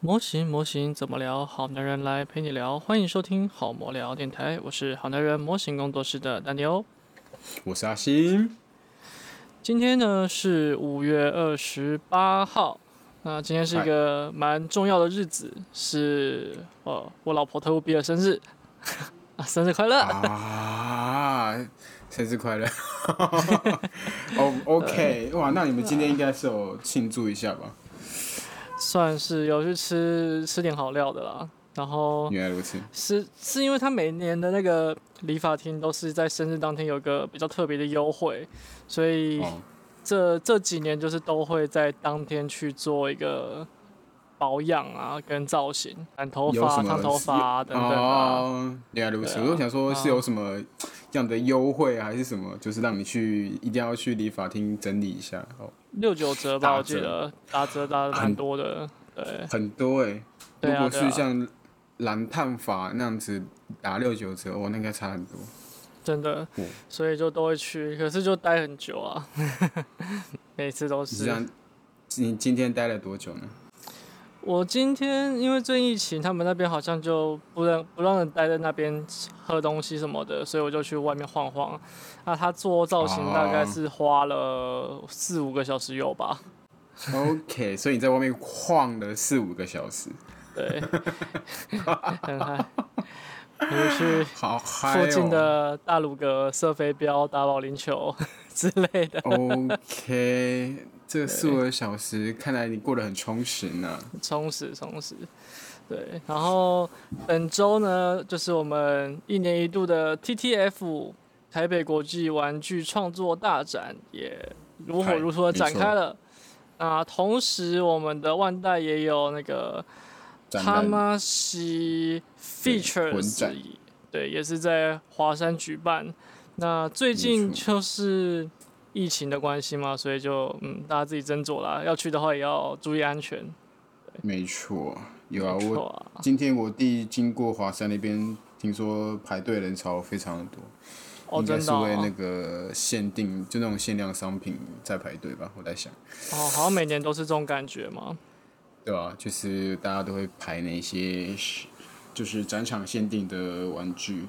模型怎么聊？好男人来陪你聊，欢迎收听好魔聊电台，我是好男人模型工作室的丹尼欧。 我是阿星。 今天呢是5月28号，那今天是一个蛮重要的日子，是我老婆特务比的生日生日快乐啊！生日快乐！OK， 哇，那你们今天应该是有庆祝一下吧？ 算是有去吃点好料的啦。然后原来如此， 是因为他每年的那个理发厅都是在生日当天有个比较特别的优惠，所以这几年就是都会在当天去做一个保养啊，跟造型，染头发、烫头发等等哦，原来如此，我就想说是有什么样的优惠还是什么，就是让你一定要去理发厅整理一下哦。 6、9折吧，我记得打折打的蛮多的，对， 很多哎。 如果是像染烫发那样子打6、9折，那应该差很多。 真的，所以就都会去，可是就待很久啊，每次都是。 你今天待了多久呢？ 我今天因为最近疫情，他们那边好像就不让人待在那边喝东西什么的，所以我就去外面晃晃。那他做造型大概是花了4、5个小时有吧。 OK， 所以你在外面晃了4、5个小时。 对，很嗨。你去附近的大鲁阁射飞镖、打保龄球之类的。 OK， 这4、5个小时，看来你过得很充实呢。 充实。对，然后本周呢，就是我们1年1度的 TTF 台北国际玩具创作大展也如火如荼的展开了。那同时，我们的万代也有那个Tamashii Features， 对，也是在华山举办。那最近就是疫情的关系嘛，所以就大家自己斟酌啦。要去的话也要注意安全。 没错，有啊，今天我弟经过华山那边，听说排队人潮非常的多。应该是为那个限定，就那种限量商品在排队吧，我在想。 好像每年都是这种感觉嘛。 对吧？就是大家都会排那些，就是展场限定的玩具。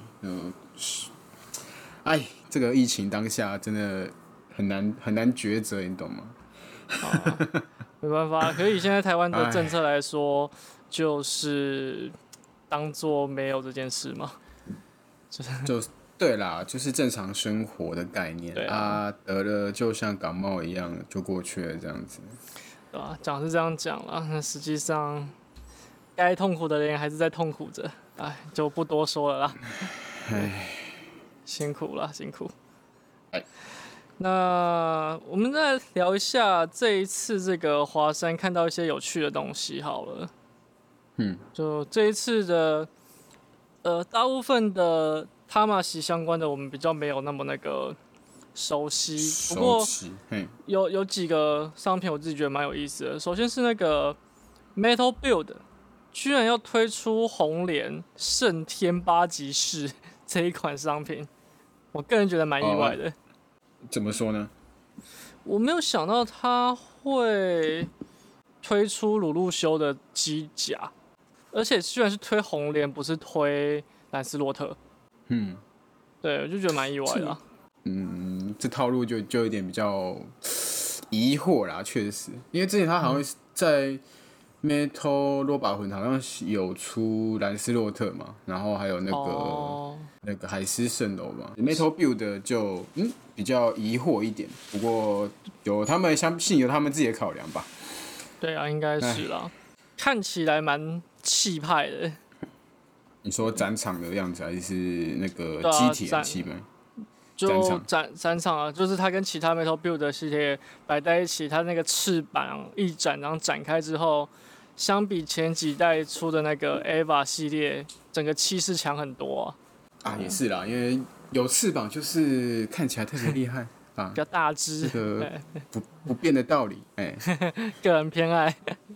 这个疫情当下真的很难抉择，你懂吗？ 没办法，可是以现在台湾的政策来说，就是当做没有这件事嘛。 就对啦，就是正常生活的概念得了就像感冒一样就过去了，这样子。 对吧？讲是这样讲啦，那实际上该痛苦的人还是在痛苦着，就不多说了啦。辛苦了。那我们再聊一下这一次这个华山看到一些有趣的东西好了。就这一次的大部分的Tamashii相关的我们比较没有那么那个熟悉，不过有几个商品我自己觉得蛮有意思的。首先是那个 Metal Build 居然要推出红莲圣天8级式这一款商品，我个人觉得蛮意外的。 怎么说呢？ 我没有想到他会推出鲁路修的机甲，而且居然是推红莲，不是推兰斯洛特。对，我就觉得蛮意外的。 这套路就有点比较疑惑啦，确实，因为之前他好像在 Metal 罗巴魂好像有出兰斯洛特嘛，然后还有那个海狮蜃楼嘛。Metal Build 就比较疑惑一点，不过相信有他们自己的考量吧。 对啊，应该是啦，看起来蛮气派的。 你说展场的样子，还是那个机体的气氛？ 就展场啊，就是它跟其他 Metal Build 的系列摆在一起，它那个翅膀一展，然后展开之后，相比前几代出的那个 EVA 系列，整个气势强很多也是啦，因为有翅膀就是看起来特别厉害比较大只， 这个不变的道理， 个人偏爱。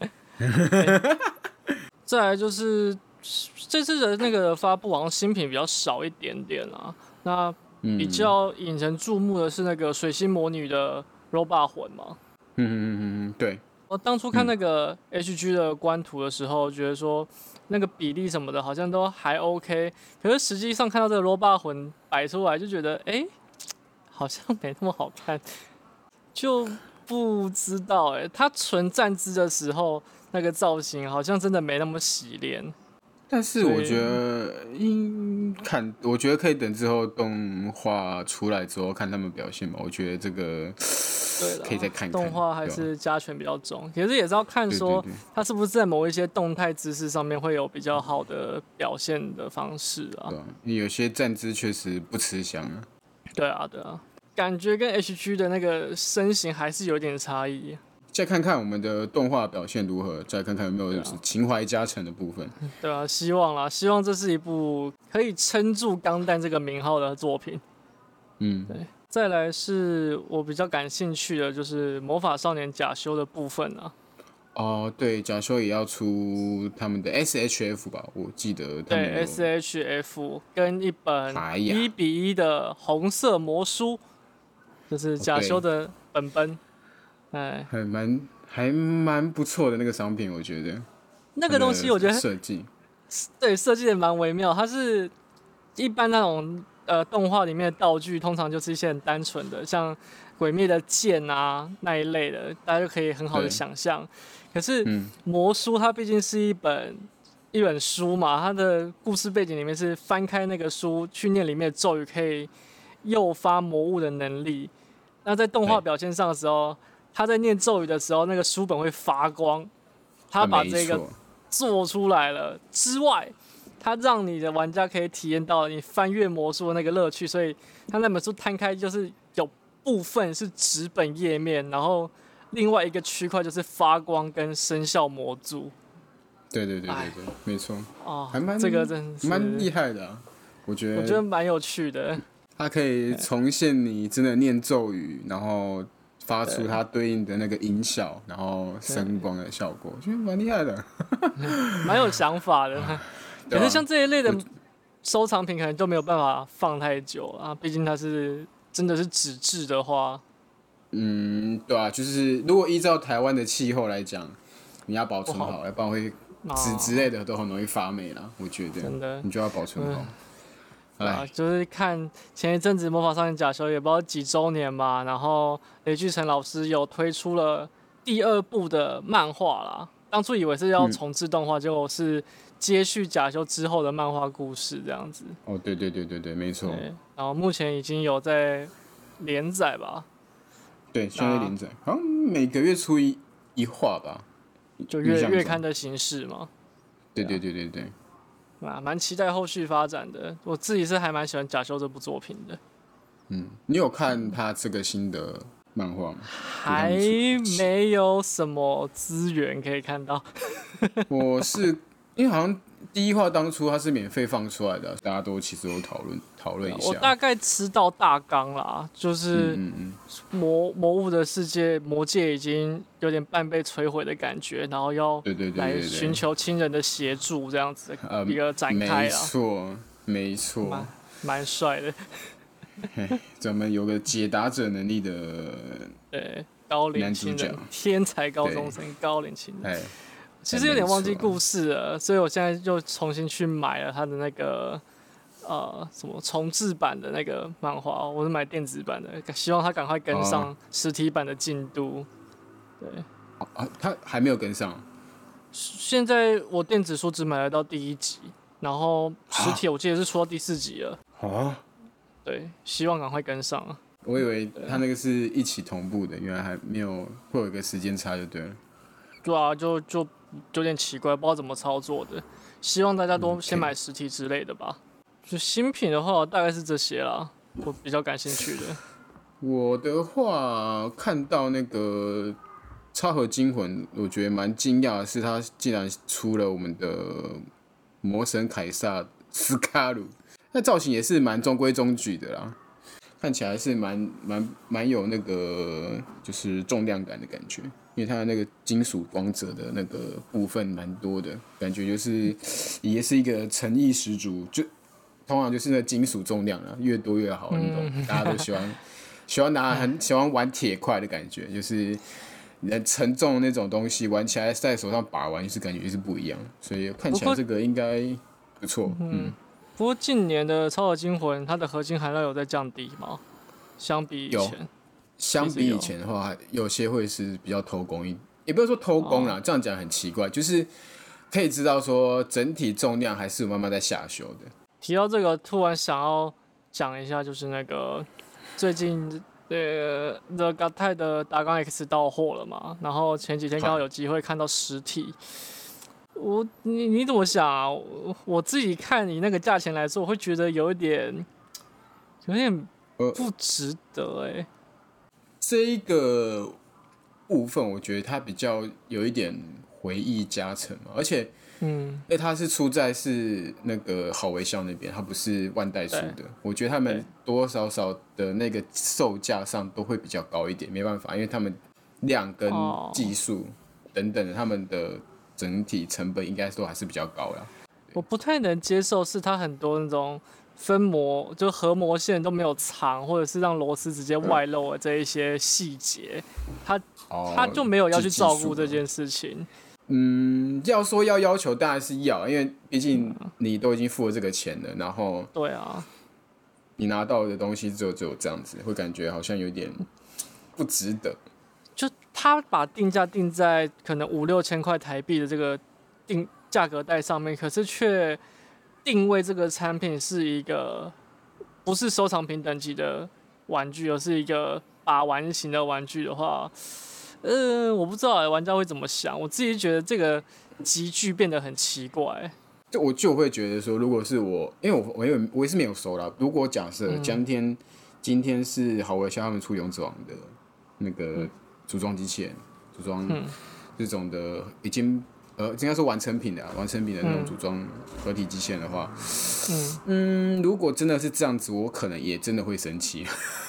再来就是这次的那个发布好像新品比较少一点点啊，那比较引人注目的是那个水星魔女的 Robot 魂嘛。 对。 我当初看那个 HG 的官图的时候，觉得说那个比例什么的好像都还 OK，可是实际上看到这个罗巴魂摆出来，就觉得好像没那么好看，就不知道他纯站姿的时候那个造型好像真的没那么洗练。 但是我觉得我觉得可以等之后动画出来之后看他们表现吧。我觉得这个可以再看看。 动画还是加权比较重，可是也是要看说他是不是在某一些动态姿势上面会有比较好的表现的方式啊。 对啊，因为有些站姿确实不吃香啊。 对啊，感觉跟 HG 的那个身形还是有点差异。 再看看我们的动画表现如何，再看看有没有情怀加成的部分。 对啊，希望这是一部可以撑住钢弹这个名号的作品。对。再来是我比较感兴趣的，就是魔法少年假修的部分啊。 哦，对，假修也要出他们的 SHF 吧？我记得他们对 SHF 跟一本1:1的红色魔书，就是假修的本本。 还蛮不错的那个商品，我觉得那个东西我觉得设计的蛮微妙。它是一般那种动画里面的道具，通常就是一些很单纯的，像鬼灭的剑啊那一类的，大家就可以很好的想象。可是魔书它毕竟是一本书嘛，它的故事背景里面是翻开那个书去念里面的咒语，可以诱发魔物的能力。那在动画表现上的时候，他在念咒语的时候，那个书本会发光。他把这个做出来了之外，他让你的玩家可以体验到你翻阅魔书的那个乐趣。所以他那本书摊开就是有部分是纸本页面，然后另外一个区块就是发光跟生效魔珠。 对，没错。还这个真是蛮厉害的啊，我觉得蛮有趣的。 它可以重现你真的念咒语，然后发出它对应的那个音效，然后声光的效果，我觉得蛮厉害的， 蛮有想法的。可是像这一类的收藏品，可能就没有办法放太久啊，毕竟它是真的是纸质的话。 对啊，就是如果依照台湾的气候来讲，你要保存好，要不然会纸之类的都很容易发霉啦。我觉得，真的，你就要保存好。 就是看前一阵子《魔法少年假修》也不知道几周年嘛，然后雷巨成老师有推出了第2部的漫画啦。当初以为是要重制动画，结果是接续假修之后的漫画故事这样子。 哦，对，没错。 然后目前已经有在连载吧？ 对，现在连载，好像每个月出一话吧， 就月刊的形式嘛。 对。 蛮期待后续发展的，我自己是还蛮喜欢假修这部作品的。 你有看他这个新的漫画吗？ 还没有什么资源可以看到。 我是因为好像第1话当初它是免费放出来的，大家都其实有讨论一下。 我大概知道大纲啦，就是魔物的世界，魔界已经有点半被摧毁的感觉，然后要来寻求亲人的协助，这样子一个展开啦。 没错， 蛮帅的。 咱们有个解答者能力的高龄青人，天才高中生高龄青人。其实有点忘记故事了，所以我现在又重新去买了他的那个什么重制版的那个漫画，我是买电子版的，希望他赶快跟上实体版的进度。对， 他还没有跟上。 现在我电子书只买得到第1集，然后实体我记得是出到第4集了。对，希望赶快跟上啊！ 我以为他那个是一起同步的，原来还没有，会有一个时间差就对了。 对啊，就有点奇怪，不知道怎么操作的。希望大家都先买实体之类的吧。就新品的话，大概是这些啦，我比较感兴趣的。 我的话，看到那个《超合金魂》，我觉得蛮惊讶的是，他竟然出了我们的魔神凯撒斯卡鲁。那造型也是蛮中规中矩的啦，看起来是蛮有那个就是重量感的感觉，因为它的那个金属光泽的那个部分蛮多的，感觉就是也是一个诚意十足，就通常就是那金属重量啦，越多越好，你懂？大家都喜欢玩铁块的感觉，就是沉重的那种东西，玩起来在手上把玩，就是感觉是不一样，所以看起来这个应该不错。 不过近年的超合金魂，它的合金含量有在降低吗？相比以前， 相比以前的话，有些会是比较偷工也不是说偷工啦，这样讲很奇怪，就是可以知道说整体重量还是有慢慢在下修的。 提到这个，突然想要讲一下，就是那个最近The Gatai 的达纲 X 到货了嘛，然后前几天刚好有机会看到实体。你怎么想啊？我自己看你那个价钱来说，我会觉得有点不值得这一个部分我觉得它比较有一点回忆加成嘛，而且它是出在是那个好微笑那边，它不是万代出的。我觉得他们多多少少的那个售价上都会比较高一点，没办法，因为他们量跟技术等等，他们的整体成本应该都还是比较高啦。 我不太能接受是它很多那种分模就合模线都没有藏，或者是让螺丝直接外露的这一些细节，他就没有要去照顾这件事情。 要说要求当然是要，因为毕竟你都已经付了这个钱了，然后对啊， 你拿到的东西只有这样子，会感觉好像有点不值得。 就他把定价定在可能5-6千块台币的这个价格带上面，可是却定位这个产品是一个不是收藏品等级的玩具，而是一个把玩型的玩具的话，我不知道玩家会怎么想。我自己觉得这个集聚变得很奇怪。 我就会觉得说，如果是我，因为我也是没有收啦。如果假设今天是好微笑他们出勇者王的那个组装机器人，组装这种的已经应该说完成品的那种组装合体机器人的话，如果真的是这样子，我可能也真的会生气。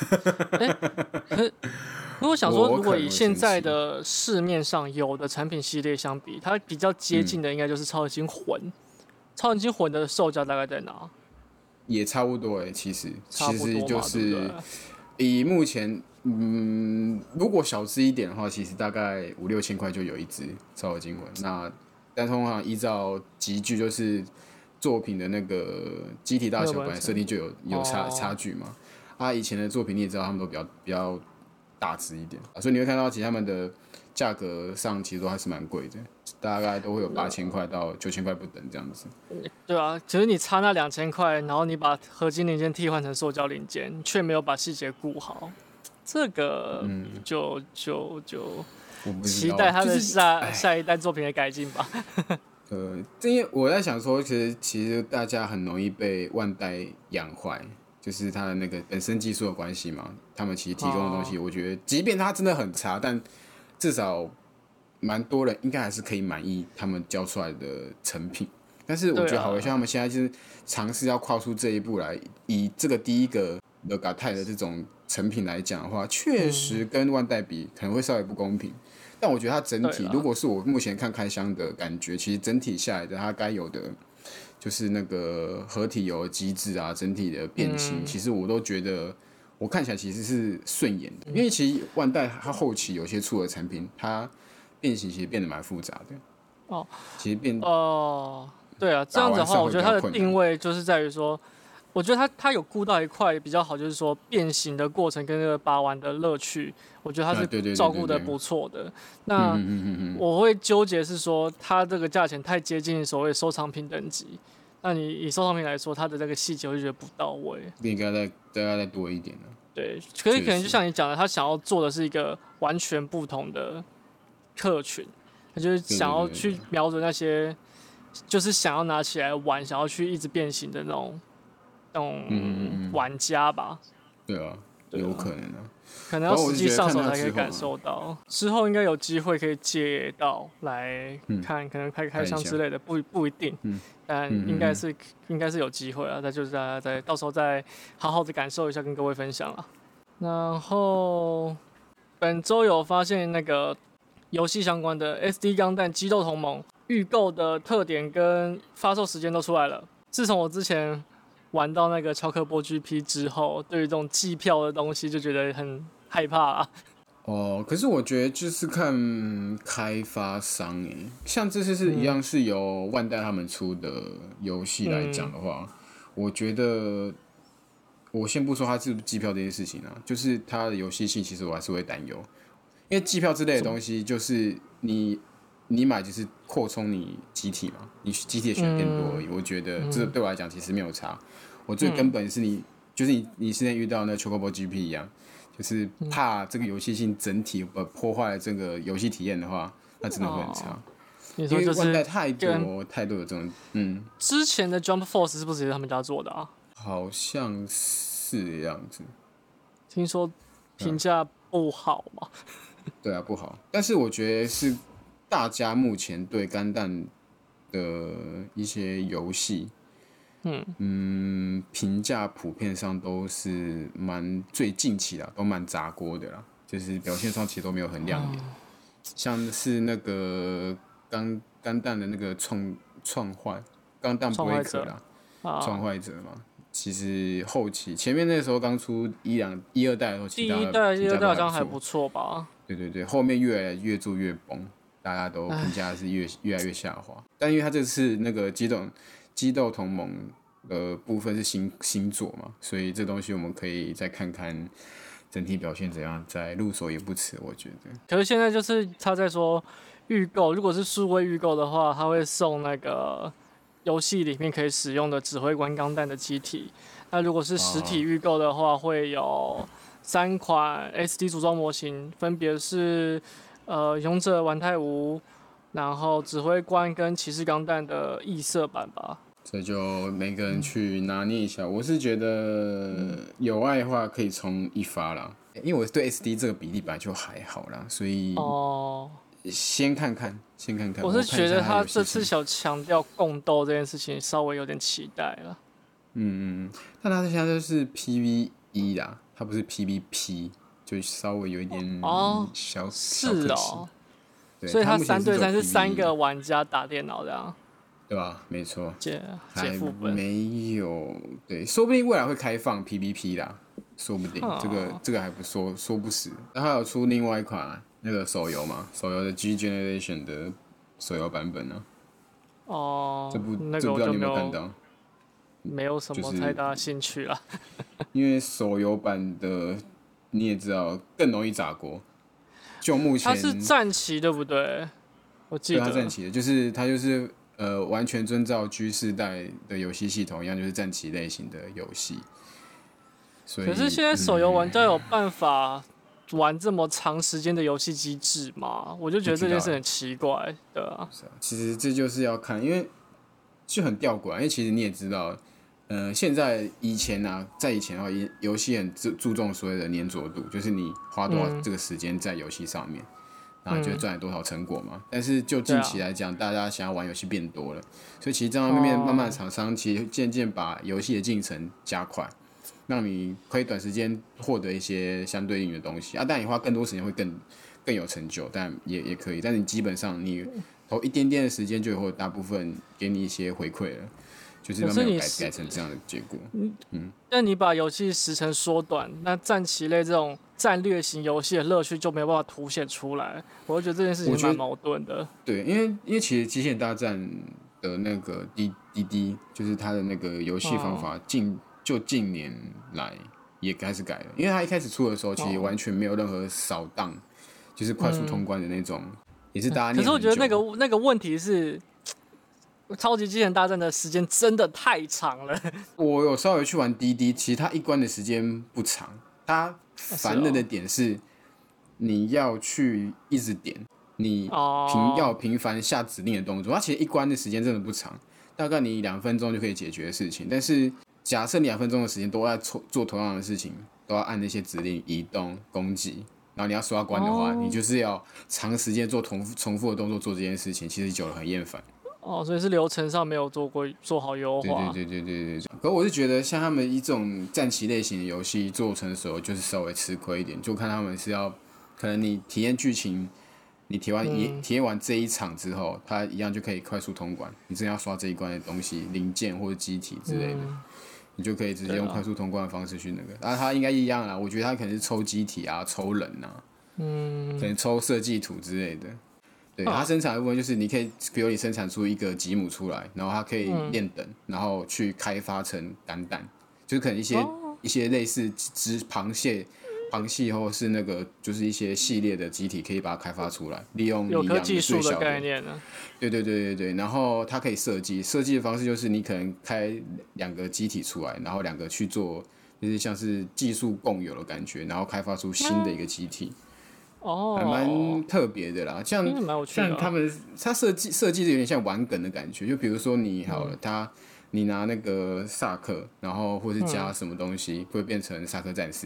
如果想说，如果以现在的市面上有的产品系列相比，它比较接近的应该就是超合金魂。超合金魂的售价大概在哪？ 也差不多其实就是以目前如果小资一点的话，其实大概5-6千块就有一只超合金魂。但通常依照集聚就是作品的那个机体大小本来设定就有差距嘛。以前的作品你也知道，他们都比较大只一点，所以你会看到其实他们的价格上其实都还是蛮贵的，大概都会有8000块到9000块不等这样子。 对啊，其实你差那2000块，然后你把合金零件替换成塑胶零件，却没有把细节顾好，这个就期待他的下一代作品的改进吧。 因为我在想说，其实大家很容易被万代养坏。就是它的那个本身技术的关系嘛，他们其实提供的东西，我觉得即便它真的很差，但至少蛮多人应该还是可以满意他们交出来的成品。但是我觉得好像他们现在就是尝试要跨出这一步来，以这个第一个 The Gatai 的这种成品来讲的话，确实跟万代比可能会稍微不公平。但我觉得它整体，如果是我目前看开箱的感觉，其实整体下来的它该有的。就是那个合体有机制啊，整体的变形，其实我都觉得我看起来其实是顺眼的。因为其实万代它后期有些出的产品，它变形其实变得蛮复杂的。其实对啊，这样子的话，我觉得它的定位就是在于说，我觉得它有顾到一块比较好，就是说变形的过程跟那个把玩的乐趣，我觉得它是照顾的不错的。那我会纠结是说，它这个价钱太接近所谓收藏品等级。那你以收藏品来说，它的这个细节我就觉得不到位， 应该再多一点。 对，可能就像你讲的，他想要做的是一个完全不同的客群，他就是想要去瞄准那些，就是想要拿起来玩，想要去一直变形的那种玩家吧。 对啊，有可能啊。 可能要实际上手才可以感受到，之后应该有机会可以借到来看，可能开箱之类的，不一定，但应该是有机会啊。那就是大家到时候再好好的感受一下，跟各位分享了。然后本周有发现那个游戏相关的 SD 钢弹激斗同盟预购的特点跟发售时间都出来了。自从我之前玩到那个乔克波 GP 之后，对于这种季票的东西就觉得很害怕啊。 哦，可是我觉得就是看开发商诶，像这次是一样是由万代他们出的游戏来讲的话，我觉得我先不说它是不是机票这件事情啊，就是它的游戏性，其实我还是会担忧，因为机票之类的东西，就是你买就是扩充你机体嘛，你机体的选变多而已。我觉得这对我来讲其实没有差，我最根本是就是你之前遇到那 Chocobo GP 一样。就是怕这个游戏性整体破坏了这个游戏体验的话，那真的会很差。 你说就是因为万代太多有这种， 之前的 Jump Force 是不是也是他们家做的啊？ 好像是这样子。 听说评价不好嘛？ 对啊，不好。但是我觉得是大家目前对干弹的一些游戏，评价普遍上都是最近期啦，都蛮砸锅的啦，就是表现上其实都没有很亮眼，像是那个钢弹的那个钢弹 breaker 啦，创坏者嘛，其实后期前面那个时候刚出一二代的时候， 第一代、第二代好像还不错吧？ 对，后面越做越崩，大家都评价是越来越下滑。但因为它这次那个激斗同盟的部分是新作嘛，所以这东西我们可以再看看整体表现怎样，再入手也不迟，我觉得。 可是现在就是他在说预购，如果是数位预购的话，他会送那个游戏里面可以使用的指挥官钢弹的机体。那如果是实体预购的话，会有3款 SD 组装模型，分别是勇者丸太无，然后指挥官跟骑士钢弹的异色版吧。 这就每个人去拿捏一下。我是觉得有爱的话可以冲一发啦，因为我对 SD 这个比例本来就还好啦，所以先看看。 我是觉得他这次想强调共斗这件事情，稍微有点期待了。 但他现在就是 PVE 啦，他不是 PVP， 就稍微有一点小是哦， 对， 所以他3对3是3个玩家打电脑这样， 对吧？没错， 解副本没有，对，说不定未来会开放 PVP 啦，说不定这个还不说不死。然后还有出另外一款那个手游嘛，手游的 G Generation 的手游版本呢。这不知道你有没有看到？ 没有什么太大兴趣啦， 因为手游版的你也知道更容易砸锅。就目前它是战棋对不对？我记得它战棋的，它就是完全遵照 G 世代的游戏系统一样，就是战棋类型的游戏。 可是现在手游玩家有办法玩这么长时间的游戏机制吗？我就觉得这件事很奇怪，对啊。 其实这就是要看，因为就很吊诡，因为其实你也知道。现在以前的话，游戏很注重所谓的粘着度，就是你花多少这个时间在游戏上面，然后就赚了多少成果嘛。但是就近期来讲，大家想要玩游戏变多了，所以其实这方面慢慢厂商其实渐渐把游戏的进程加快，让你可以短时间获得一些相对应的东西啊。但你花更多时间会更有成就，但也可以。但你基本上你投一点点的时间，就会大部分给你一些回馈了。就是让没有改成这样的结果。 但你把游戏时程缩短，那战棋类这种战略型游戏的乐趣就没有办法凸显出来。我就觉得这件事情蛮矛盾的。 对，因为其实《极限大战》的那个DD，就是它的那个游戏方法近年来也开始改了。因为它一开始出的时候，其实完全没有任何扫荡，就是快速通关的那种，也是大家念很久。 可是我觉得那个问题是。超级机器人大战的时间真的太长了。 我有稍微去玩滴滴，其实它一关的时间不长，它烦人的点是你要去一直点，你要频繁下指令的动作。它其实一关的时间真的不长，大概你2分钟就可以解决的事情。但是假设你2分钟的时间都在做同样的事情，都要按那些指令移动、攻击，然后你要刷关的话，你就是要长时间做重复的动作做这件事情，其实久了很厌烦。 所以是流程上没有做好优化。 对。可我是觉得像他们以这种战棋类型的游戏做成熟，就是稍微吃亏一点。就看他们是要，可能你体验剧情，你体验完这一场之后，它一样就可以快速通关。你真的要刷这一关的东西，零件或者机体之类的，你就可以直接用快速通关的方式去那个。然后它应该一样啦，我觉得它可能是抽机体啊、抽人啊， 可能抽设计图之类的。对，它生产的部分就是你可以，比如你生产出一个吉姆出来，然后它可以练等，然后去开发成肝胆，就是可能一些类似螃蟹或是那个就是一些系列的机体，可以把它开发出来，利用你养的最小的概念呢。 对，然后它可以设计的方式就是你可能开2个机体出来，然后2个去做，就是像是技术共有的感觉，然后开发出新的一个机体。还蛮特别的啦，像它设计的有点像玩梗的感觉，就比如说你好了，你拿那个萨克，然后或是加什么东西，会变成萨克战士。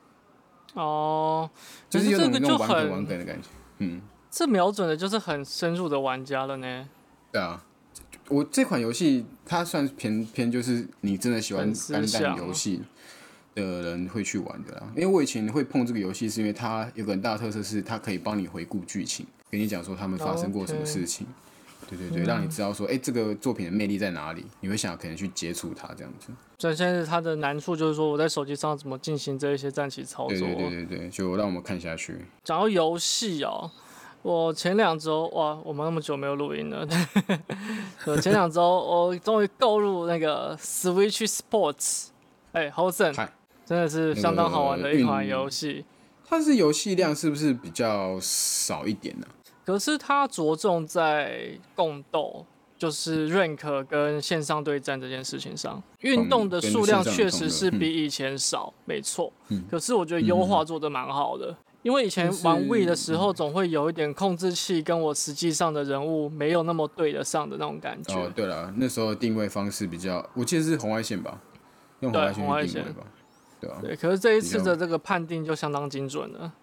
就是有种那种玩梗的感觉。 这瞄准的就是很深入的玩家了呢。 对啊，我这款游戏它算偏就是你真的喜欢肝胆游戏的人会去玩的啦，因为我以前会碰这个游戏，是因为它有个很大的特色是，它可以帮你回顾剧情，跟你讲说他们发生过什么事情，对，让你知道说，这个作品的魅力在哪里，你会想可能去接触它这样子。 所以现在它的难处就是说，我在手机上怎么进行这一些战棋操作。 对，就让我们看下去。 讲到游戏我前2周我们那么久没有录音了，我前2周我终于购入那个 Switch Sports，Horizon。真的是相当好玩的一款游戏。 它是游戏量是不是比较少一点呢？ 可是它着重在共斗，就是 rank 跟线上对战这件事情上。运动的数量确实是比以前少，没错。可是我觉得优化做得蛮好的。因为以前玩 Wii 的时候，总会有一点控制器跟我实际上的人物没有那么对得上的那种感觉。 对了，那时候定位方式比较，我记得是红外线吧，用红外线去定位吧。 对，可是这一次的这个判定就相当精准了。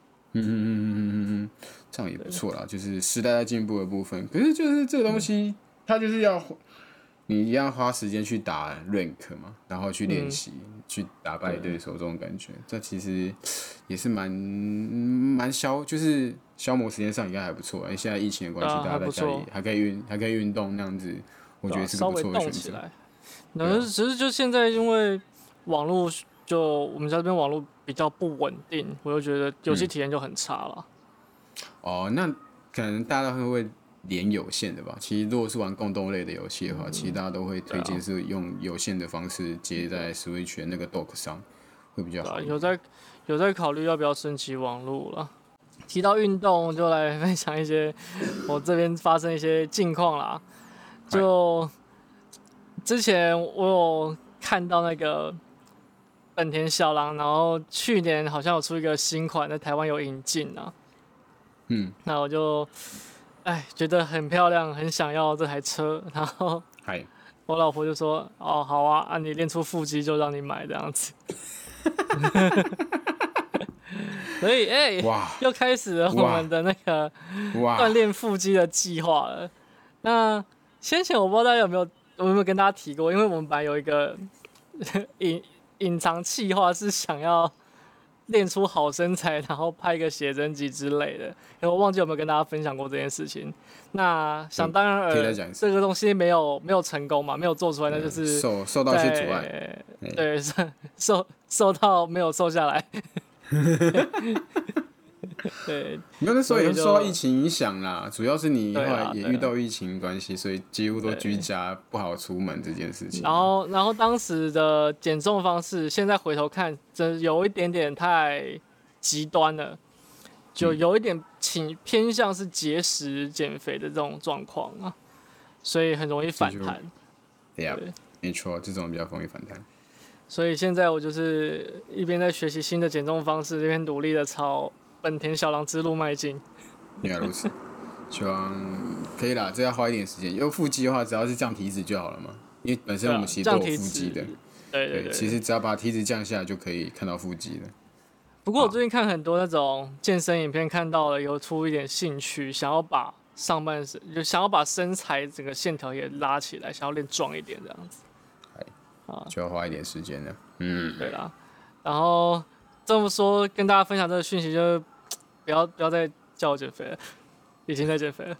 这样也不错啦，就是时代在进步的部分。可是就是这个东西，它就是要你一样花时间去打 rank 嘛，然后去练习，去打败对手这种感觉，这其实也是蛮就是消磨时间上应该还不错。因为现在疫情的关系，大家在家里还可以运动那样子，我觉得是个不错的选择。 只是就现在因为网络。就我们家这边网络比较不稳定，我就觉得游戏体验就很差了。 那可能大家都会连有线的吧？其实如果是玩共斗类的游戏的话，其实大家都会推荐是用有线的方式接在 Switch 的那个 dock 上，会比较好。 有在考虑要不要升级网络了。提到运动，就来分享一些我这边发生一些近况啦。就之前我有看到那个。本田小狼，然后去年好像有出一个新款，在台湾有引进啊。那我就，觉得很漂亮，很想要这台车。然后，我老婆就说：“好啊，你练出腹肌就让你买这样子。”所以，又开始了我们的那个锻炼腹肌的计划了。那先前我不知道大家有没有跟大家提过，因为我们本来有一个隐藏企划是想要练出好身材，然后拍一个写真集之类的。我忘记有没有跟大家分享过这件事情。那想当然这个东西没有成功嘛，没有做出来，那就是受到一些阻碍。 对，受到没有瘦下来。对， 那时候也受到疫情影响啦，主要是你后来也遇到疫情关系，所以几乎都居家，不好出门这件事情。 然后当时的减重方式，现在回头看，真有一点点太极端了，就有一点偏向是节食减肥的这种状况啊，所以很容易反弹。 对，没错，这种比较容易反弹。 所以现在我就是一边在学习新的减重方式，一边努力的朝本田小狼之路迈进。 原来如此，希望可以啦，这要花一点时间。有腹肌的话，只要是降体脂就好了嘛，因为本身我们其实都有腹肌的。对，其实只要把体脂降下来，就可以看到腹肌了。 不过我最近看很多那种健身影片，看到了有出一点兴趣，想要把上半身就想要把身材整个线条也拉起来，想要练壮一点这样子。 就要花一点时间了。 对啦。然后这么说，跟大家分享这个讯息，就是不要再叫我减肥了，已经在减肥了。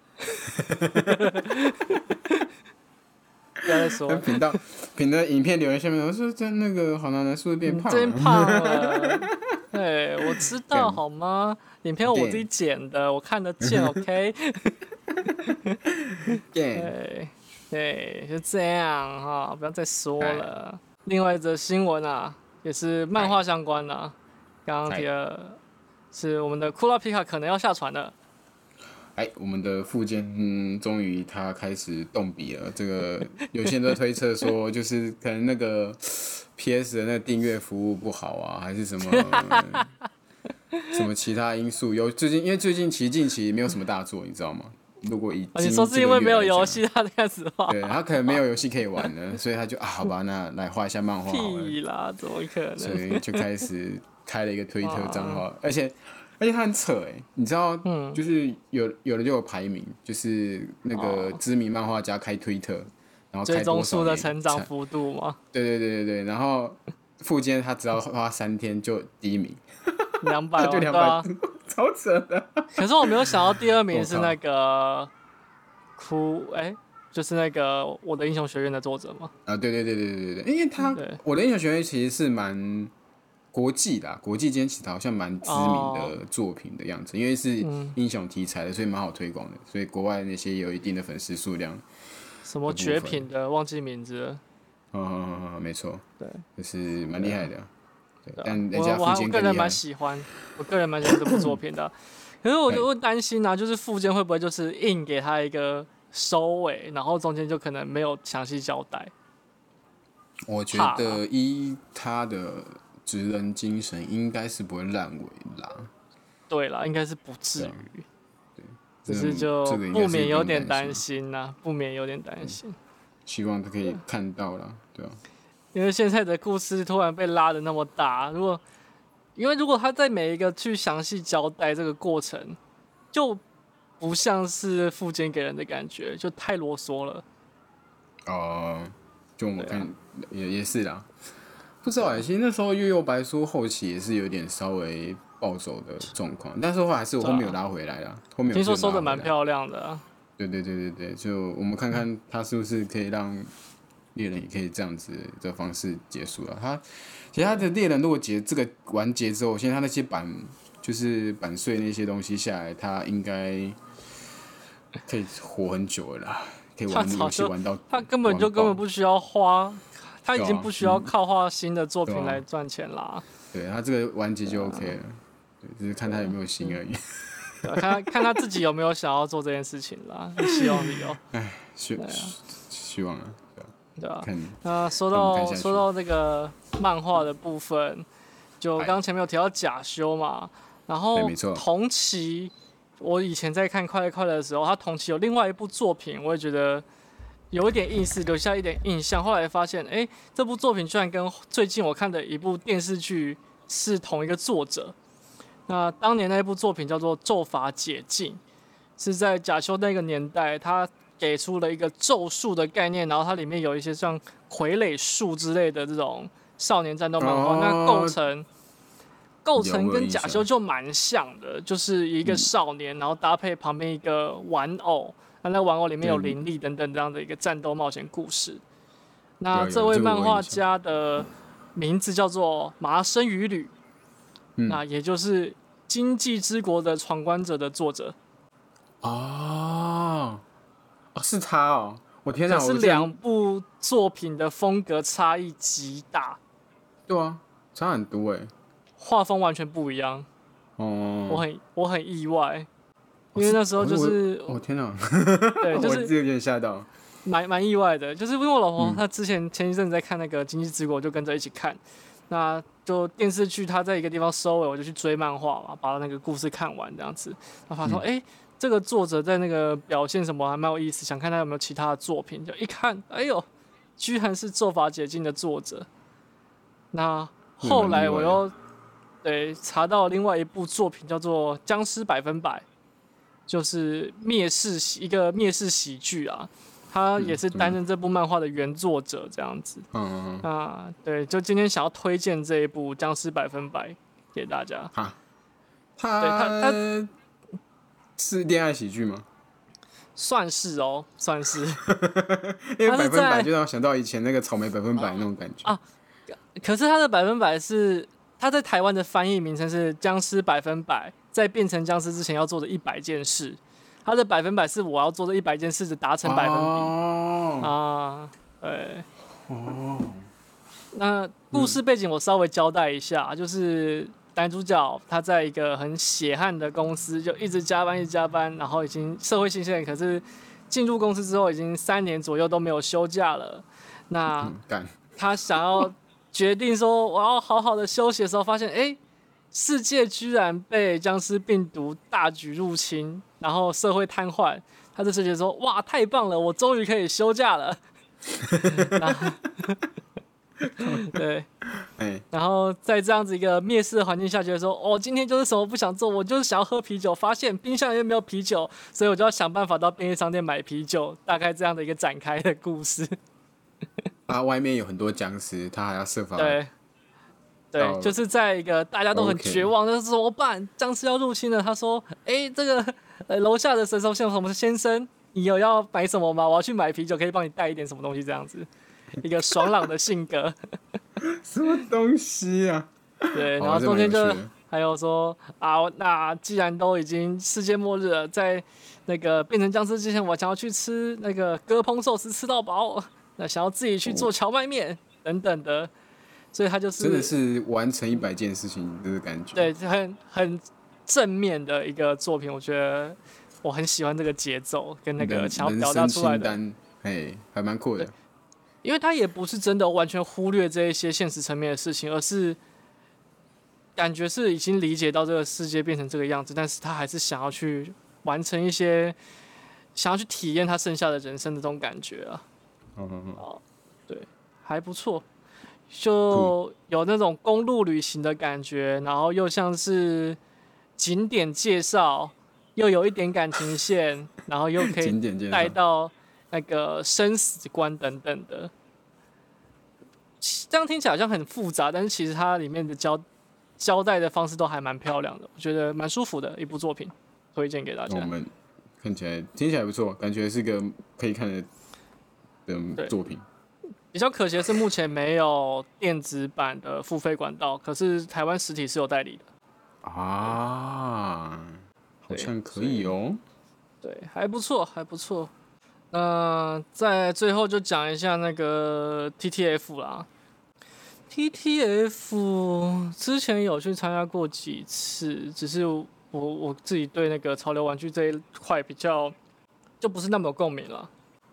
不要再说了。 评的影片留言下面，我说那个好男人是不是变胖了？ 真胖了。 对，我知道好吗？影片我自己剪的，我看得见，OK？ 对对，就这样哈，不要再说了。另外一则新闻啊，也是漫画相关的、啊，刚刚提了，是我们的库拉皮卡可能要下船了。 我们的富坚，终于他开始动笔了。这个有些人都推测说，就是可能那个 PS 的那个订阅服务不好啊，还是什么什么其他因素。因为最近近期没有什么大作，你知道吗？如果你说是因为没有游戏，他开始画？ 对，他可能没有游戏可以玩了，所以他就好吧，那来画一下漫画好了。 屁啦，怎么可能？ 所以就开始开了一个推特账号，而且他很扯你知道，就是有的就有排名，就是那个知名漫画家开推特，然后追踪数的成长幅度吗？ 对，然后富坚他只要花3天就第1名 ，200 就200，超扯的。 可是我没有想到第2名是那个就是那个我的英雄学院的作者嘛。 对，因为我的英雄学院其实是蛮国际的，国际间其实好像蛮知名的作品的样子，因为是英雄题材的，所以蛮好推广的，所以国外那些有一定的粉丝数量。 什么绝品的，忘记名字了。 没错， 对， 就是蛮厉害的。对，但人家富坚我个人蛮喜欢这部作品的。可是我就会担心啊，就是富坚会不会就是硬给他一个收尾，然后中间就可能没有详细交代。 我觉得依他的职人精神，应该是不会烂尾啦。 对啦，应该是不至于。对，只是就不免有点担心呐，不免有点担心。 希望他可以看到啦，对啊。 因为现在的故事突然被拉得那么大，如果他在每一个去详细交代这个过程，就不像是富坚给人的感觉，就太啰嗦了。 就我看也是啦，不知道其实那时候月右白书后期也是有点稍微暴走的状况，但是还是我后面有拉回来啦，后面有听说收的蛮漂亮的啊。 对，就我们看看他是不是可以让猎人也可以这样子的方式结束了。其实他的猎人如果这个完结之后，现在他那些就是版税那些东西下来，他应该可以活很久了啦，可以玩游戏玩到他根本不需要他已经不需要靠画新的作品来赚钱啦。 对，他这个完结就 OK 了，对，只是看他有没有心而已。 看他自己有没有想要做这件事情啦，希望你哦。 希望啊。 对啊，那说到这个漫画的部分，就刚前面有提到假修嘛，然后同期我以前在看《快乐快乐》的时候，他同期有另外一部作品，我也觉得有一点意思，留下一点印象。后来发现，这部作品居然跟最近我看的一部电视剧是同一个作者。那当年那一部作品叫做《咒法解禁》，是在假修那个年代，他给出了一个咒术的概念，然后它里面有一些像傀儡术之类的这种少年战斗漫画，那构成跟假修就蛮像的，就是一个少年，然后搭配旁边一个玩偶，那玩偶里面有灵力等等这样的一个战斗冒险故事。那这位漫画家的名字叫做麻生羽吕，那也就是《经济之国的闯关者》的作者。 是他哦！我天哪， 可是2部作品的风格差异极大。 对啊，差很多画风完全不一样。我很意外，因为那时候就是天哪， 对，就是有点吓到， 蛮意外的。就是因为我老婆她前一阵子在看那个《经济之国》，就跟着一起看。那就电视剧她在一个地方收尾，我就去追漫画嘛，把那个故事看完这样子。然后她说：“这个作者在那个表现什么还蛮有意思，想看他有没有其他的作品。”就一看，居然是《咒法解禁》的作者。那后来我又查到另外一部作品叫做《僵尸100%》，就是一个灭世喜剧啊。他也是担任这部漫画的原作者这样子。对，就今天想要推荐这一部《僵尸100%》给大家。 他是恋爱喜剧吗？ 算是哦，算是。 因为100%就让我想到以前那个草莓100%那种感觉啊。可是他的100%是他在台湾的翻译名称是《僵尸100%》，在变成僵尸之前要做的100件事。他的100%是我要做的100件事的达成百分比啊，对。那故事背景我稍微交代一下，就是男主角他在一个很血汗的公司，就一直加班，然后已经社会新鲜人，可是进入公司之后已经3年左右都没有休假了。那他想要决定说我要好好的休息的时候，发现世界居然被僵尸病毒大举入侵，然后社会瘫痪。他这世界说哇太棒了，我终于可以休假了。对，然后在这样子一个灭世的环境下，觉得说今天就是什么不想做，我就是想要喝啤酒，发现冰箱里面没有啤酒，所以我就要想办法到便利商店买啤酒，大概这样的一个展开的故事。 外面有很多僵尸，他还要设法对，就是在一个大家都很绝望，那怎么办？僵尸要入侵了。他说：“这个楼下的神手什么先生，你有要买什么吗？我要去买啤酒，可以帮你带一点什么东西这样子。”一个爽朗的性格。 什么东西啊？ 对，然后中间就还有说那既然都已经世界末日了，在那个变成僵尸之前，我想要去吃那个割烹寿司吃到饱，那想要自己去做荞麦面等等的。所以他就是真的是完成100件事情的感觉， 对，很正面的一个作品，我觉得我很喜欢这个节奏跟那个想要表达出来的， 还蛮酷的。 因为他也不是真的完全忽略这一些现实层面的事情，而是感觉是已经理解到这个世界变成这个样子，但是他还是想要去完成一些，想要去体验他剩下的人生的这种感觉啊。对，还不错。就有那种公路旅行的感觉，然后又像是景点介绍，又有一点感情线，然后又可以带到那个生死观等等的。这样听起来好像很复杂，但是其实它里面的交代的方式都还蛮漂亮的，我觉得蛮舒服的一部作品，推荐给大家。 我们听起来不错，感觉是个可以看的作品。 比较可惜的是，目前没有电子版的付费管道，可是台湾实体是有代理的好像可以哦。 对，还不错，还不错。那在最后就讲一下那个 TTF 啦。TTF 之前有去参加过几次，只是我自己对那个潮流玩具这一块比较就不是那么有共鸣了。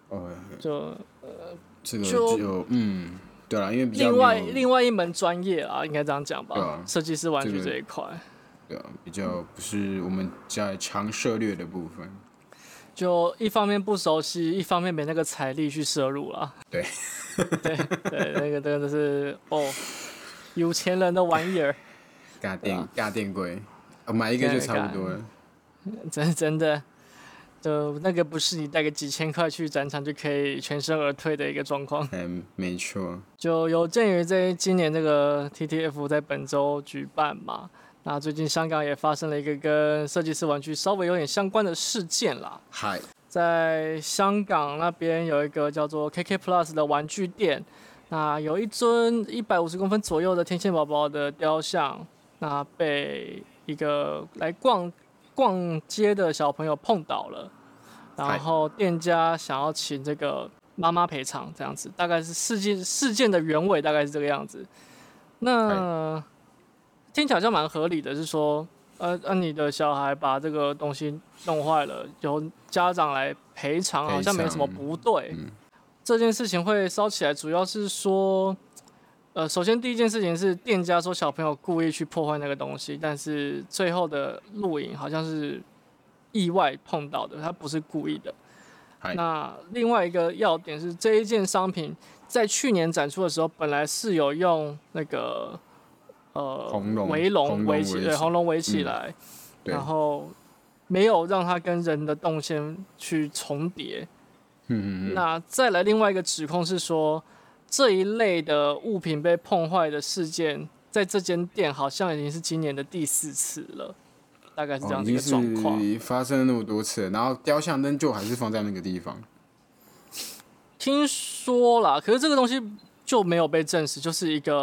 这个对啦，因为比较另外一门专业啦，应该这样讲吧。设计师玩具这一块， 对啊，比较不是我们在常涉猎的部分。 就一方面不熟悉，一方面没那个财力去摄入啦。 对， 那个真的是有钱人的玩意儿。 尬电贵，买一个就差不多了。 真的。就那个不是你带个几千块去展场就可以全身而退的一个状况。 没错。 就有鉴于今年这个 TTF 在本周举办嘛，那最近香港也发生了一个跟设计师玩具稍微有点相关的事件啦。在香港那边有一个叫做 KK Plus 的玩具店，那有一尊150公分左右的天线宝宝的雕像，那被一个来逛街的小朋友碰倒了，然后店家想要请这个妈妈赔偿，这样子大概是事件的原委大概是这个样子。那听起来好像蛮合理的，是说你的小孩把这个东西弄坏了，由家长来赔偿，好像没什么不对。这件事情会烧起来，主要是说首先第一件事情是店家说小朋友故意去破坏那个东西，但是最后的录影好像是意外碰到的，他不是故意的。那另外一个要点是，这一件商品在去年展出的时候，本来是有用那个红龙围起来，然后没有让它跟人的动线去重叠。那再来另外一个指控是说，这一类的物品被碰坏的事件，在这间店好像已经是今年的第4次了，大概是这样子一个状况。 发生了那么多次，然后雕像灯就还是放在那个地方。听说啦，可是这个东西就没有被证实，就是一个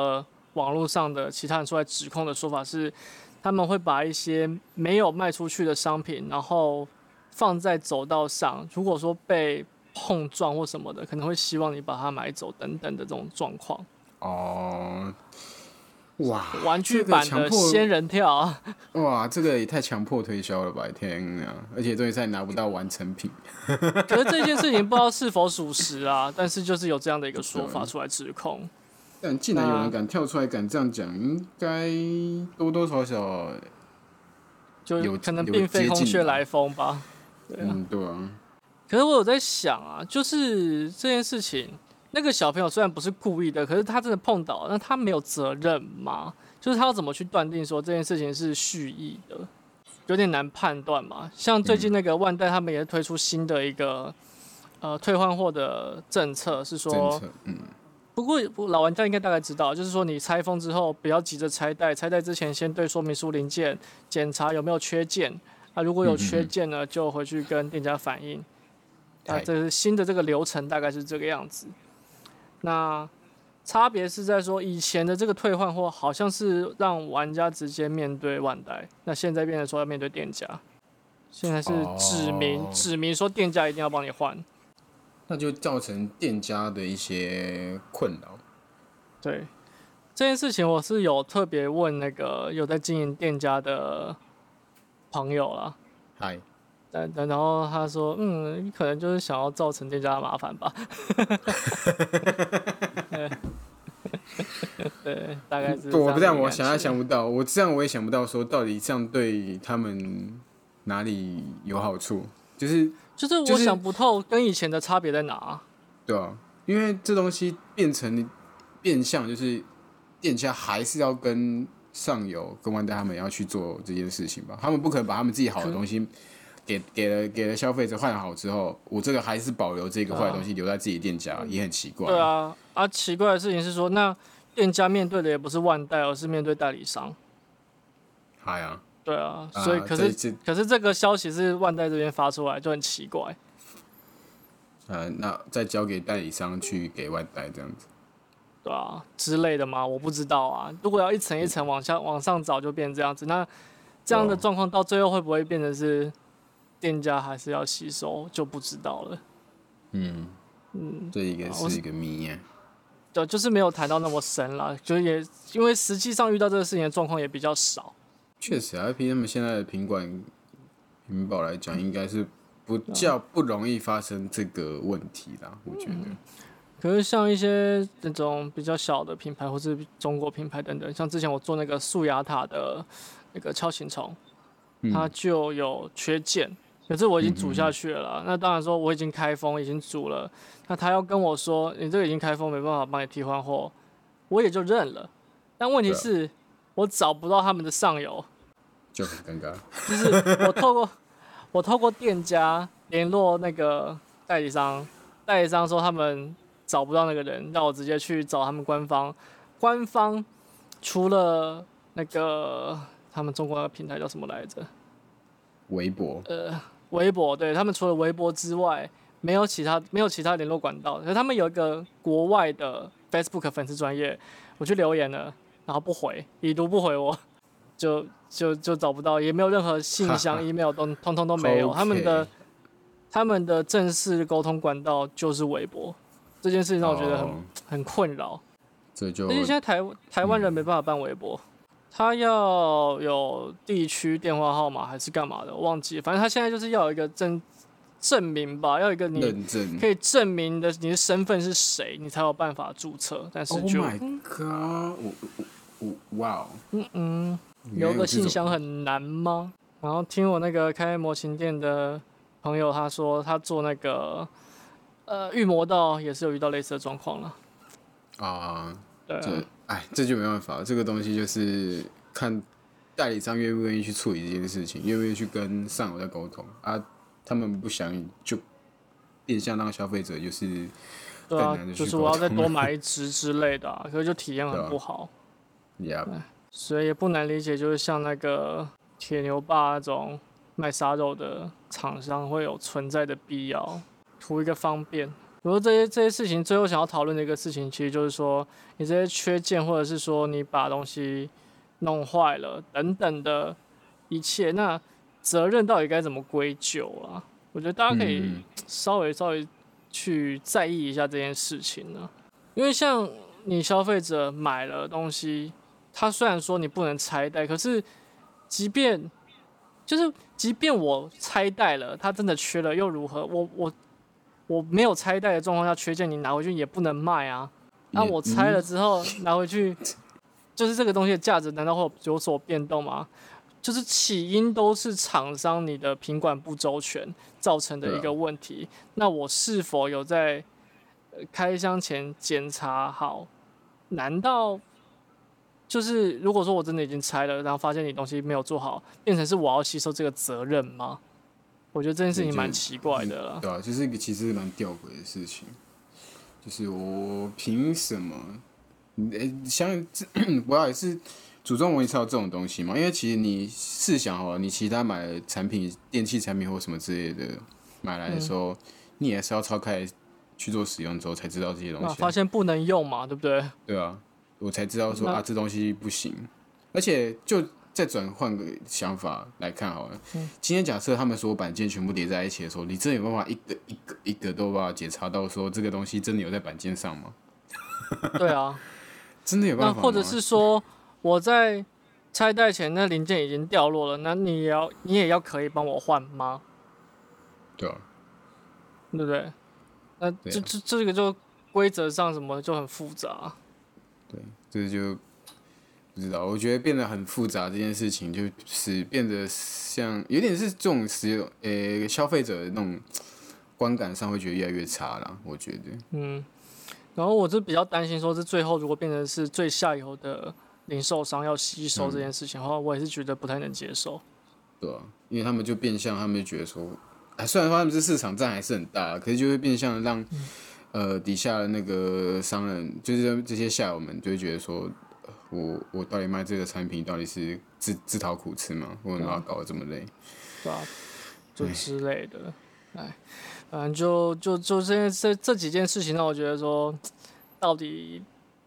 网络上的其他人出来指控的说法是，他们会把一些没有卖出去的商品，然后放在走道上，如果说被碰撞或什么的，可能会希望你把它买走等等的这种状况。 哦，哇， 玩具版的仙人跳啊！ 哇，这个也太强迫推销了吧！天啊！而且重点是还拿不到完成品。 可是这件事情不知道是否属实啊，但是就是有这样的一个说法出来指控。 但既然有人敢跳出来敢这样讲，应该多多少少就可能并非空穴来风吧。对啊， 对啊。 可是我有在想啊，就是这件事情，那个小朋友虽然不是故意的，可是他真的碰到，那他没有责任吗？就是他要怎么去断定说这件事情是蓄意的，有点难判断嘛。像最近那个万代他们也推出新的一个退换货的政策，是说，不过老玩家应该大概知道，就是说你拆封之后不要急着拆袋，拆袋之前先对说明书零件检查有没有缺件，如果有缺件呢，就回去跟店家反映。这是新的这个流程大概是这个样子。那差别是在说，以前的这个退换货好像是让玩家直接面对万代，那现在变成说要面对店家，现在是指明说店家一定要帮你换， 那就造成店家的一些困扰。 对，这件事情我是有特别问那个有在经营店家的朋友啦。 嗨。 然后他说，你可能就是想要造成店家的麻烦吧。对，大概是。 我不这样，我想不到，我这样我也想不到，说到底这样对他们哪里有好处？就是我想不透跟以前的差别在哪。 对啊，因为这东西变相，就是店家还是要跟上游、跟万代他们要去做这件事情吧，他们不可能把他们自己好的东西。给了消费者换好之后，我这个还是保留这个坏的东西留在自己的店家，也很奇怪。 对啊，奇怪的事情是说，那店家面对的也不是万代，而是面对代理商。 嗨啊！ 对啊，所以可是这个消息是万代这边发出来，就很奇怪。 那再交给代理商去给万代这样子。 对啊，之类的吗？我不知道啊。如果要一层一层往上找，就变这样子。那这样的状况到最后会不会变成是？店家还是要吸收，就不知道了。 这一个是一个谜啊。 对，就是没有谈到那么深了，就也因为实际上遇到这个事情的状况也比较少。 确实啊，他们现在的品保来讲，应该是不容易发生这个问题啦，我觉得。 可是像一些那种比较小的品牌，或是中国品牌等等，像之前我做那个素雅塔的那个锹形虫，它就有缺件。可是我已经煮下去了啦，那当然说我已经开封，已经煮了。那他要跟我说你这个已经开封，没办法帮你替换货，我也就认了。但问题是，我找不到他们的上游， 就很尴尬。 就是我透过店家联络那个代理商，代理商说他们找不到那个人，让我直接去找他们官方。官方除了那个他们中国的平台叫什么来着？ 微博。 微博，对，他们除了微博之外，没有其他联络管道。可是他们有一个国外的 Facebook 粉丝专页，我去留言了，然后不回，已读不回我，就找不到，也没有任何信箱、email 通通都没有。他们的正式沟通管道就是微博，这件事情让我觉得很困扰。而且现在台湾人没办法办微博。他要有地区电话号码还是干嘛的，我忘记了。反正他现在就是要有一个证明吧，要有一个你可以证明的你的身份是谁，你才有办法注册。但是就 ，Oh my god，哇哦， 留个信箱很难吗？然后听我那个开模型店的朋友他说，他做那个预磨道也是有遇到类似的状况了。对啊。 这就没办法，这个东西就是看代理商愿不愿意去处理这件事情，愿不愿意去跟上游在沟通啊。他们不想就变相让消费者就是对啊，就是我要再多买一只之类的，可是就体验很不好。所以也不难理解，就是像那个铁牛霸那种卖杀肉的厂商会有存在的必要，图一个方便。 不过这些事情，最后想要讨论的一个事情，其实就是说，你这些缺件，或者是说你把东西弄坏了等等的一切，那责任到底该怎么归咎啊？我觉得大家可以稍微去在意一下这件事情呢，因为像你消费者买了东西，它虽然说你不能拆袋，可是即便我拆袋了，它真的缺了又如何？我没有拆袋的状况下缺件，你拿回去也不能卖啊。那我拆了之后拿回去，就是这个东西的价值难道会有所变动吗？就是起因都是厂商你的品管不周全造成的一个问题。那我是否有在开箱前检查好？难道就是如果说我真的已经拆了，然后发现你东西没有做好，变成是我要吸收这个责任吗？我觉得这件事情蛮奇怪的啦。 对啊，就是一个其实蛮吊诡的事情，就是我凭什么？像我也是组装模拟才有这种东西嘛？因为其实你试想好了，你其他买的产品、电器产品或什么之类的买来的时候，你也是要拆开去做使用之后才知道这些东西。 发现不能用嘛，对不对？ 对啊，我才知道说这东西不行，而且就。再转换个想法来看好了，今天假设他们所有板件全部叠在一起的时候，你真的有办法一个都有办法检查到说这个东西真的有在板件上吗？ 对啊， 真的有办法吗？ 那或者是说我在拆袋前那零件已经掉落了，那你也要可以帮我换吗？ 对啊， 对不对？那这个就规则上什么就很复杂。 对，这就。不知道，我觉得变得很复杂这件事情，就是变得像有点是这种消费者的那种观感上会觉得越来越差啦，我觉得。 然后我是比较担心，说是最后如果变成是最下游的零售商要吸收这件事情的话，我也是觉得不太能接受。 对啊，因为他们就变相，他们就觉得说，虽然说他们这市场占还是很大，可是就会变相让底下的那个商人，就是这些下游们就会觉得说。我到底卖这个产品到底是自讨苦吃吗？为什么要搞得这么累？ 对啊，就之类的，反正就这几件事情让我觉得说，到底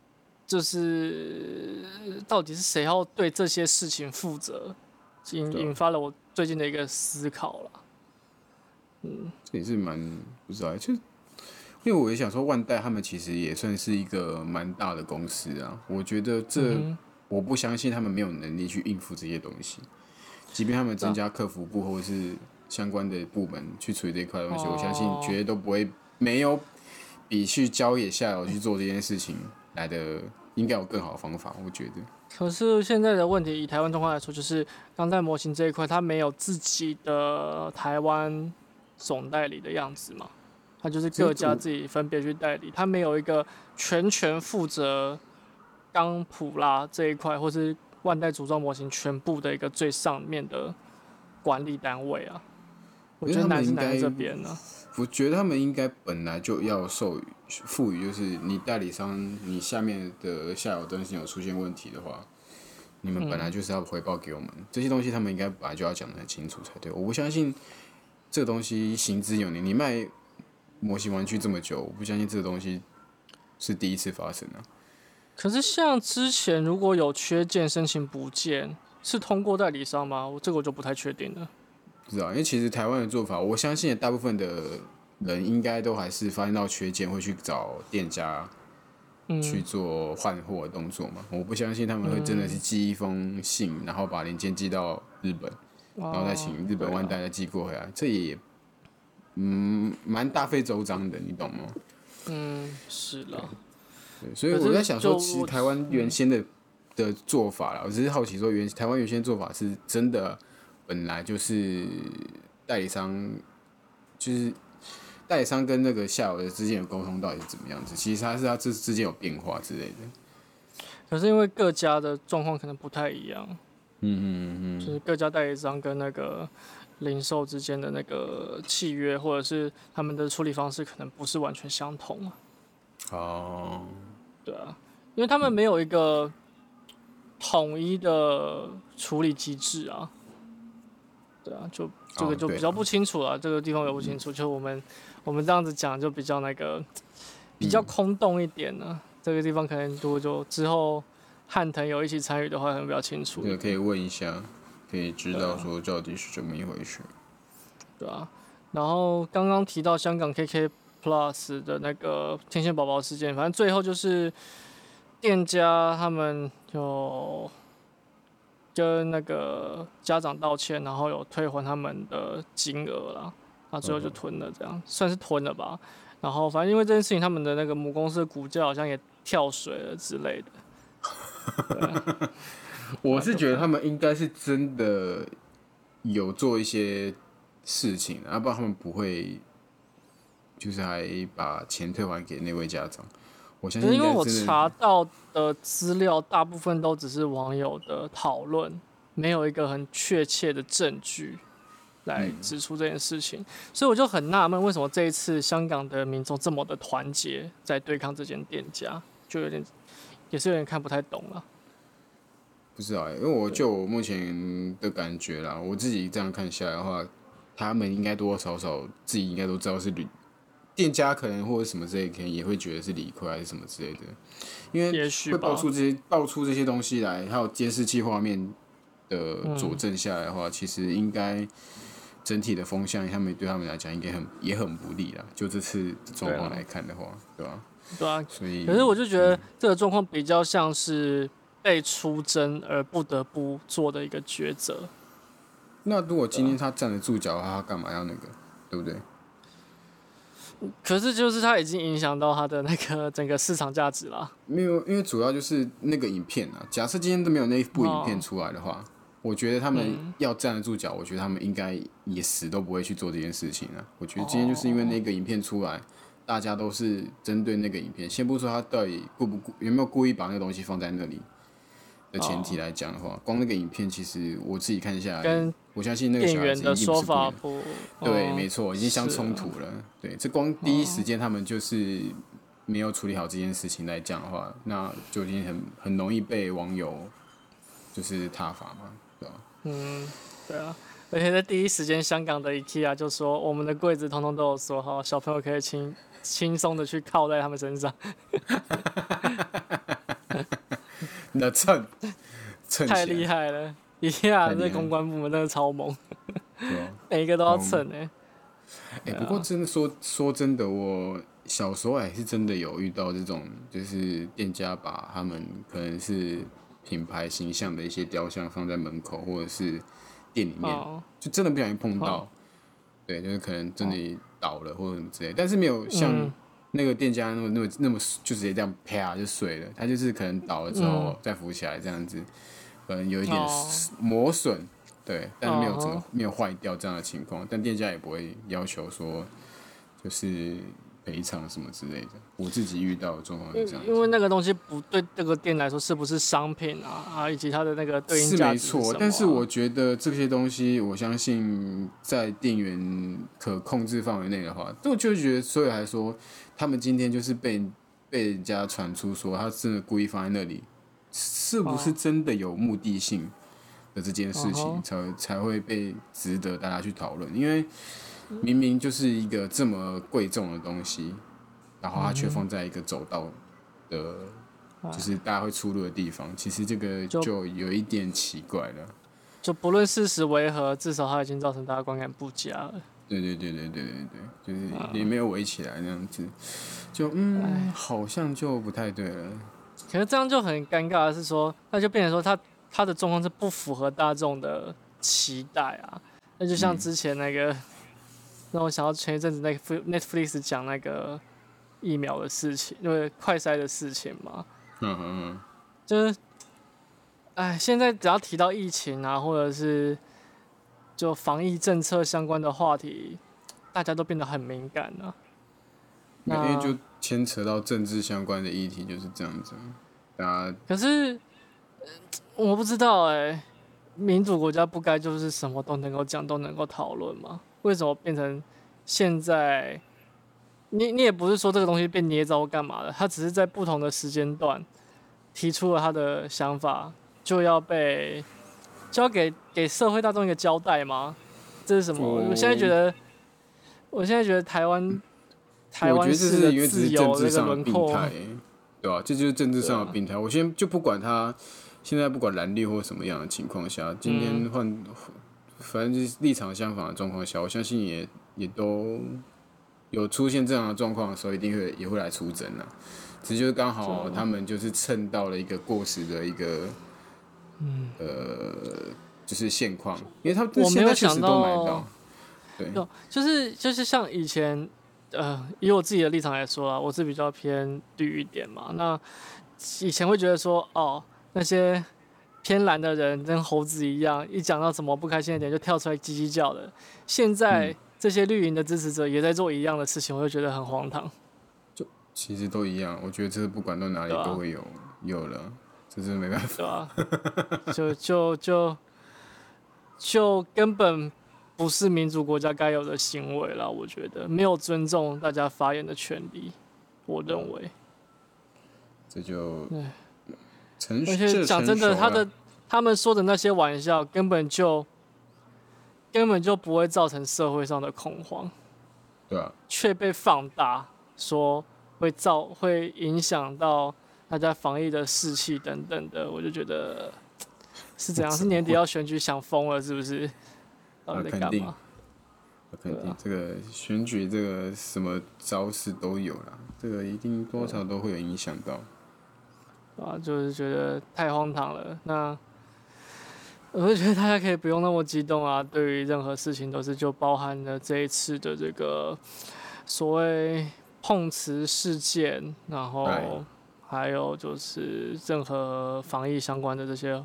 是谁要对这些事情负责，引发了我最近的一个思考了。 这也是蛮不知道，就因为我也想说，万代他们其实也算是一个蛮大的公司啊。我觉得我不相信他们没有能力去应付这些东西。即便他们增加客服部或者是相关的部门去处理这一块东西，我相信绝对都不会没有比去交野下游去做这件事情来的应该有更好的方法。我觉得。 可是现在的问题，以台湾状况来说，就是钢弹模型这一块，它没有自己的台湾总代理的样子嘛。它就是各家自己分别去代理，它没有一个全权负责钢普拉这一块，或是万代组装模型全部的一个最上面的管理单位啊。我觉得难是难在这边呢。 我觉得他们应该本来就要赋予，就是你代理商你下面的下游东西有出现问题的话，你们本来就是要回报给我们，这些东西他们应该本来就要讲得很清楚才对。我不相信这个东西行之有年，你卖模型玩具这么久，我不相信这个东西是第一次发生啊。 可是像之前如果有缺件申请补件，是通过代理商吗？这个我就不太确定了。 不知道，因为其实台湾的做法，我相信大部分的人应该都还是发现到缺件会去找店家去做换货的动作嘛。我不相信他们会真的是寄一封信，然后把零件寄到日本，然后再请日本万代再寄过回来，这也蛮大费周章的，你懂吗？ 是啦。 对，所以我在想说，其实台湾原先的做法啦，我只是好奇说，台湾原先做法是真的，本来就是代理商，就是代理商跟那个下游的之间的沟通到底是怎么样子？其实它这之间有变化之类的。 可是因为各家的状况可能不太一样，就是各家代理商跟那个零售之间的那个契约，或者是他们的处理方式可能不是完全相同啊。对啊，因为他们没有一个统一的处理机制啊。对啊，就这个就比较不清楚了，这个地方也不清楚。就我们我们这样子讲就比较比较空洞一点呢。这个地方可能如果就之后汉腾有一起参与的话，可能比较清楚。 对，可以问一下，可以知道说到底是怎么一回事。 对啊，然后刚刚提到香港 KK Plus 的那个天线宝宝事件，反正最后就是店家他们有跟那个家长道歉，然后有退还他们的金额啦，那最后就吞了，这样算是吞了吧。然后反正因为这件事情，他们的那个母公司的股价好像也跳水了之类的。 我是觉得他们应该是真的有做一些事情，要不然他们不会就是还把钱退还给那位家长。我相信因为我查到的资料大部分都只是网友的讨论，没有一个很确切的证据来指出这件事情，所以我就很纳闷，为什么这一次香港的民众这么的团结，在对抗这间店家，就也是有点看不太懂了。 不知道因为我目前的感觉啦，我自己这样看下来的话，他们应该多多少少自己应该都知道是店家可能或者什么之类，可能也会觉得是理亏还是什么之类的，因为会爆出这些东西来，还有监视器画面的佐证下来的话，其实应该整体的风向，对他们来讲应该也很不利啦。就这次状况来看的话，对吧？ 对啊， 所以可是我就觉得这个状况比较像是被出征而不得不做的一个抉择。 那如果今天他站得住脚的话，他干嘛要那个，对不对？ 可是就是他已经影响到他的那个整个市场价值了。 没有，因为主要就是那个影片啊。假设今天都没有那部影片出来的话，我觉得他们要站得住脚，我觉得他们应该也死都不会去做这件事情啊。我觉得今天就是因为那个影片出来，大家都是针对那个影片，先不说他到底有没有故意把那个东西放在那里的前提来讲的话，光那个影片其实我自己看下来，我相信那个小孩子一定不是故意的。对，没错，已经相冲突了。对，这光第一时间他们就是没有处理好这件事情来讲的话，那就已经很容易被网友就是挞伐嘛，对吧？ 对啊，而且在第一时间，香港的 IKEA 就说我们的柜子通通都有锁好，小朋友可以轻松的去靠在他们身上。 那蹭太厉害了！IKEA 这公关部门真的超猛，每一个都要蹭不过真的说真的，我小时候还是真的有遇到这种，就是店家把他们可能是品牌形象的一些雕像放在门口或者是店里面，就真的不小心碰到，对，就是可能真的倒了或者什么之类，但是没有像那个店家那么就直接这样啪就碎了，他就是可能倒了之后再浮起来这样子，可能有一点磨损。对，但是没有坏掉这样的情况，但店家也不会要求说就是赔偿什么之类的。我自己遇到的状况是这样， 因为那个东西不对这个店来说是不是商品啊，以及它的那个对应价值是没错，但是我觉得这些东西，我相信在店员可控制范围内的话，我就觉得，所以来说，他们今天就是被人家传出说他真的故意放在那里，是不是真的有目的性的这件事情才会被值得大家去讨论，因为明明就是一个这么贵重的东西，然后它却放在一个走道的，就是大家会出入的地方，其实这个就有一点奇怪了。 就不论事实为何，至少它已经造成大家观感不佳了。 对，就是也没有围起来那样子，就好像就不太对了。 可是这样就很尴尬的是说，那就变成说他的状况是不符合大众的期待啊。那就像之前那个，让我想到前一阵子那个 Netflix 讲那个疫苗的事情，因为快筛的事情嘛。就是，现在只要提到疫情啊，或者是就防疫政策相关的话题，大家都变得很敏感了。 因为就牵扯到政治相关的议题，就是这样子。 可是我不知道民主国家不该就是什么都能够讲，都能够讨论吗？为什么变成现在？你也不是说这个东西被捏造干嘛的，他只是在不同的时间段提出了他的想法，就要给社会大众一个交代吗？这是什么？我现在觉得台湾台湾式的自由这个轮廓， 对吧？这就是政治上的病态。我先就不管他现在不管蓝绿或什么样的情况下，今天反正就是立场相反的状况下，我相信也都有出现这样的状况的时候，一定也会来出征啊。只是就是刚好他们就是蹭到了一个过时的一个就是现况，因为他们现在确实都买到。对， 就是像以前，以我自己的立场来说啊，我是比较偏绿一点嘛。那以前会觉得说，哦，那些偏蓝的人跟猴子一样，一讲到什么不开心的点就跳出来叽叽叫的。现在这些绿营的支持者也在做一样的事情，我就觉得很荒唐。 就其实都一样，我觉得这不管到哪里都会有了，这是没办法。 对啊，就根本不是民主国家该有的行为啦，我觉得没有尊重大家发言的权利，我认为。 这就而且讲真的，他们说的那些玩笑根本就不会造成社会上的恐慌， 对啊， 却被放大，说会影响到大家防疫的士气等等的，我就觉得是怎样？是年底要选举想疯了是不是？到底在干嘛？ 肯定，这个选举这个什么招式都有啦，这个一定多少都会有影响到。 就是觉得太荒唐了。那我就觉得大家可以不用那么激动啊，对于任何事情都是就包含了这一次的这个所谓碰瓷事件，然后还有就是任何防疫相关的这些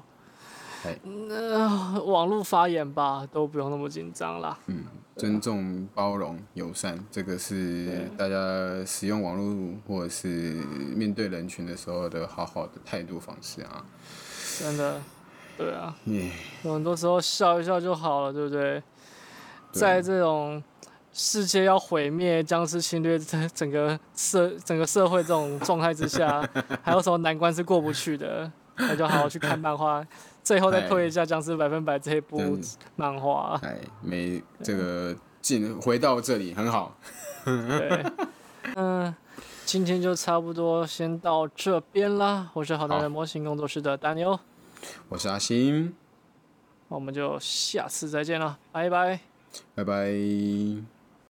网络发言吧，都不用那么紧张啦。 尊重、包容、友善，这个是大家使用网络或者是面对人群的时候的好好的态度方式啊。 真的，对啊，有很多时候笑一笑就好了，对不对？在这种世界要毁灭、僵尸侵略整个社会这种状态之下，还有什么难关是过不去的？那就好好去看漫画，最后再推一下《僵尸100%》这一部漫画。 这个回到这里很好。 对，今天就差不多先到这边啦。我是好男人模型工作室的丹牛， 我是阿星， 我们就下次再见了，拜拜， 拜拜。